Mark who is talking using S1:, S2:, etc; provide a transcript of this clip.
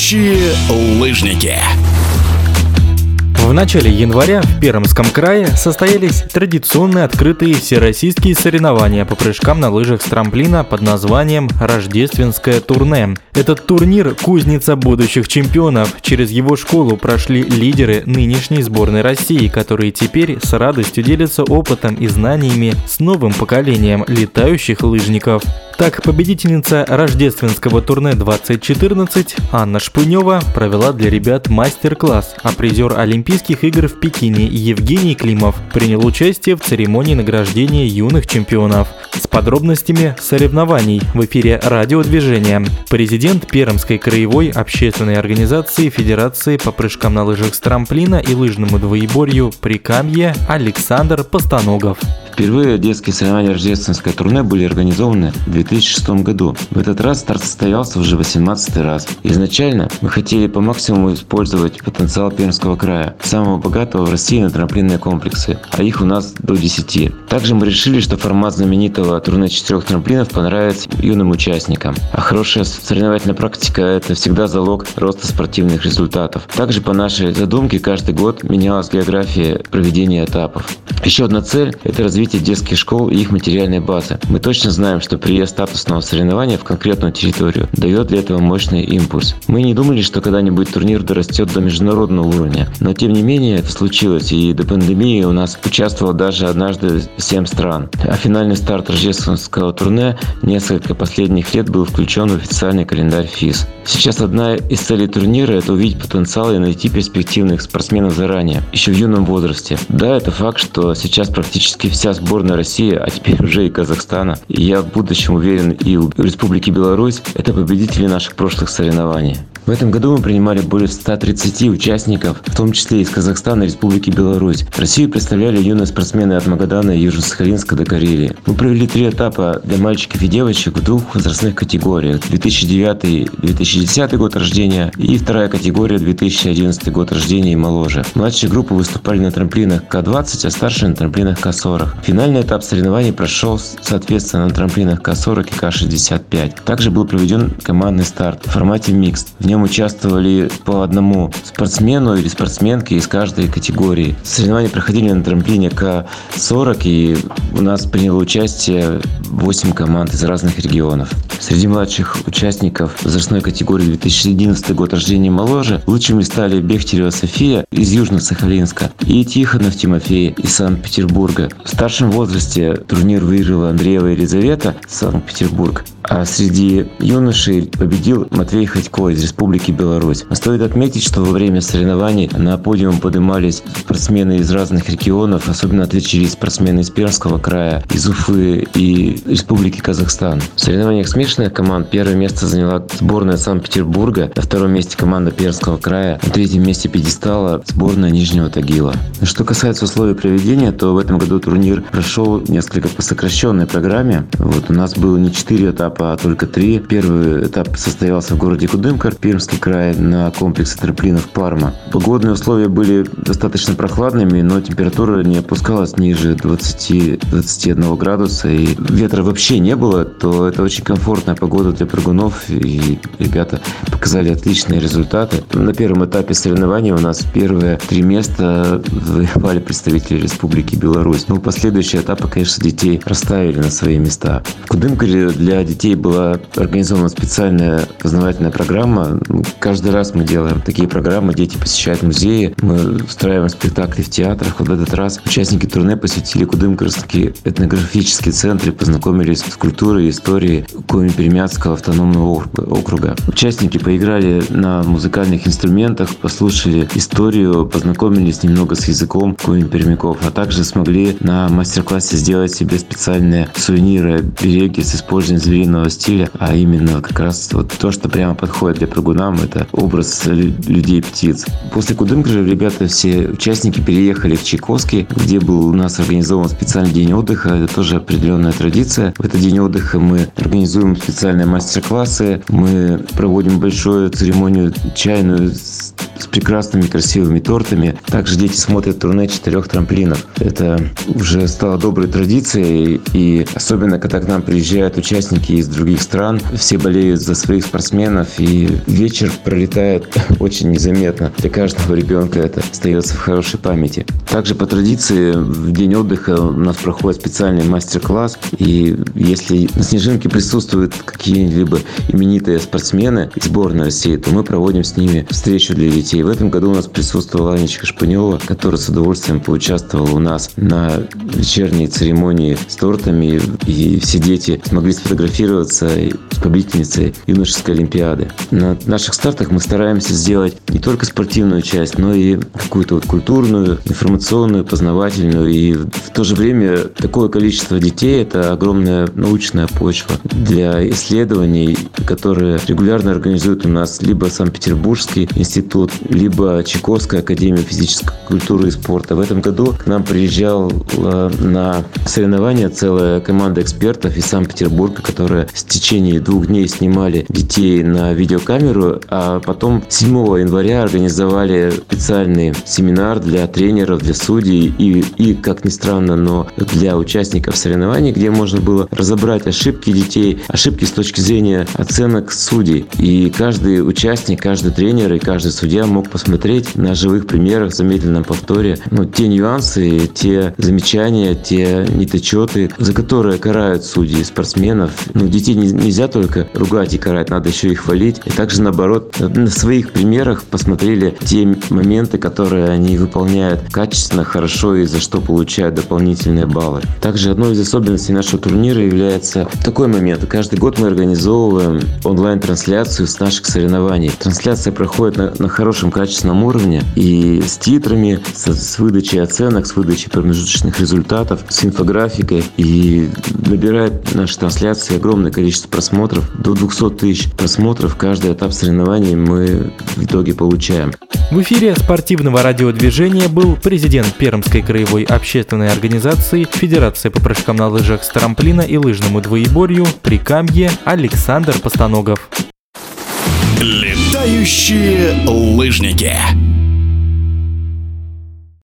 S1: Настоящие лыжники.
S2: В начале января в Пермском крае состоялись традиционные открытые всероссийские соревнования по прыжкам на лыжах с трамплина под названием «Рождественское турне». Этот турнир – кузница будущих чемпионов. Через его школу прошли лидеры нынешней сборной России, которые теперь с радостью делятся опытом и знаниями с новым поколением летающих лыжников. Так, победительница рождественского турне 2014 Анна Шпынева провела для ребят мастер-класс, а призер Олимпийских игр в Пекине Евгений Климов принял участие в церемонии награждения юных чемпионов. С подробностями соревнований в эфире радиодвижения президент Пермской краевой общественной организации Федерации по прыжкам на лыжах с трамплина и лыжному двоеборью Прикамье Александр Постаногов.
S3: Впервые детские соревнования «Рождественское турне» были организованы в 2006 году. В этот раз старт состоялся уже 18-й раз. Изначально мы хотели по максимуму использовать потенциал Пермского края, самого богатого в России на трамплинные комплексы, а их у нас до 10. Также мы решили, что формат знаменитого турне 4 трамплинов понравится юным участникам. А хорошая соревновательная практика – это всегда залог роста спортивных результатов. Также по нашей задумке каждый год менялась география проведения этапов. Еще одна цель – это развитие детских школ и их материальной базы. Мы точно знаем, что приезд статусного соревнования в конкретную территорию дает для этого мощный импульс. Мы не думали, что когда-нибудь турнир дорастет до международного уровня, но тем не менее это случилось, и до пандемии у нас участвовало даже однажды 7 стран. А финальный старт рождественского турне несколько последних лет был включен в официальный календарь ФИС. Сейчас одна из целей турнира – это увидеть потенциал и найти перспективных спортсменов заранее, еще в юном возрасте. Да, это факт, что сейчас практически вся сборная России, а теперь уже и Казахстана, и я в будущем уверен и у Республики Беларусь, это победители наших прошлых соревнований. В этом году мы принимали более 130 участников, в том числе из Казахстана и Республики Беларусь. Россию представляли юные спортсмены от Магадана и Южно-Сахалинска до Карелии. Мы провели 3 этапа для мальчиков и девочек в 2 возрастных категориях: 2009-2010 год рождения и 2 категория 2011 год рождения и моложе. Младшие группы выступали на трамплинах К-20, а старшие на трамплинах К-40. Финальный этап соревнований прошел, соответственно, на трамплинах К-40 и К-65. Также был проведен командный старт в формате микст. В нем участвовали по одному спортсмену или спортсменке из каждой категории. Соревнования проходили на трамплине К-40, и у нас приняло участие 8 команд из разных регионов. Среди младших участников возрастной категории 2011 год рождения и моложе лучшими стали Бехтерева София из Южно-Сахалинска и Тихонов Тимофей из Санкт-Петербурга. В старшем возрасте турнир выиграла Андреева Елизавета, Санкт-Петербург, а среди юношей победил Матвей Ходько из Республики Беларусь. Стоит отметить, что во время соревнований на подиум поднимались спортсмены из разных регионов, особенно отличились спортсмены из Пермского края, из Уфы и Республики Казахстан. В соревнованиях смешанных команд первое место заняла сборная Санкт-Петербурга, на втором месте команда Пермского края, на третьем месте пьедестала сборная Нижнего Тагила. Что касается условий проведения, то в этом году турнир прошел несколько по сокращенной программе. У нас было не 4 этапа, а только 3. Первый этап состоялся в городе Кудымкар, Пермский край, на комплексе трамплинов Парма. Погодные условия были достаточно прохладными, но температура не опускалась ниже 20-21 градуса, и ветра вообще не было, то это очень комфортная погода для прыгунов, и ребята показали отличные результаты. На первом этапе соревнований у нас первые 3 места завоевали представители Республики Беларусь. Последующие этапы, конечно, детей расставили на свои места. В Кудымкаре для детей была организована специальная познавательная программа. Каждый раз мы делаем такие программы, дети посещают музеи, мы устраиваем спектакли в театрах. В этот раз участники турне посетили Кудымкарский этнографический центр и познакомились с культурой и историей Коми-Пермяцкого автономного округа. Участники поиграли на музыкальных инструментах, послушали историю, познакомились немного с языком коми-пермяков, а также смогли на мастер-классе сделать себе специальные сувениры, береги с использованием звериного стиля, а именно как раз то, что прямо подходит для прыгунам, это образ людей-птиц. После Кудымкара ребята, все участники, переехали в Чайковский, где был у нас организован специальный день отдыха. Это тоже определенная традиция. В этот день отдыха мы организуем проводим специальные мастер-классы, мы проводим большую церемонию чайную с прекрасными красивыми тортами. Также дети смотрят турне 4 трамплинов. Это уже стало доброй традицией, и особенно, когда к нам приезжают участники из других стран, все болеют за своих спортсменов, и вечер пролетает очень незаметно. Для каждого ребенка это остается в хорошей памяти. Также по традиции в день отдыха у нас проходит специальный мастер-класс, и если на снежинке присутствуют какие-либо именитые спортсмены из сборной России, то мы проводим с ними встречу для детей. В этом году у нас присутствовала Анечка Шпанева, которая с удовольствием поучаствовала у нас на вечерней церемонии с тортами, и все дети смогли сфотографироваться с победительницей юношеской олимпиады. На наших стартах мы стараемся сделать не только спортивную часть, но и какую-то культурную, информационную, познавательную. И в то же время такое количество детей – это огромная научная почва для исследований, которые регулярно организует у нас либо Санкт-Петербургский институт, либо Чайковская академия физической культуры и спорта. В этом году к нам приезжала на соревнования целая команда экспертов из Санкт-Петербурга, которые в течение 2 дней снимали детей на видеокамеру, а потом 7 января организовали специальный семинар для тренеров, для судей и, как ни странно, но для участников соревнований, где можно было разобрать ошибки детей, ошибки с точки зрения оценок судей. И каждый участник, каждый тренер и каждый судья мог посмотреть на живых примерах, в замедленном повторе, те нюансы, те замечания, те недочеты, за которые карают судьи спортсменов. Детей нельзя только ругать и карать, надо еще и хвалить. И также, наоборот, на своих примерах посмотрели те моменты, которые они выполняют качественно, хорошо и за что получают дополнительные баллы. Также одной из особенностей нашего турнира является такой момент. Каждый год мы организовываем онлайн-трансляцию с наших соревнований. Трансляция проходит на хорошем качественном уровне и с титрами, с выдачей оценок, с выдачей промежуточных результатов, с инфографикой, и набирает наши трансляции огромное количество просмотров. До 200 тысяч просмотров каждый этап соревнований мы в итоге получаем.
S2: В эфире спортивного радиодвижения был президент Пермской краевой общественной организации Федерации по прыжкам на лыжах с трамплина и лыжному двоеборью Прикамье Александр Постаногов.
S1: Летающие лыжники.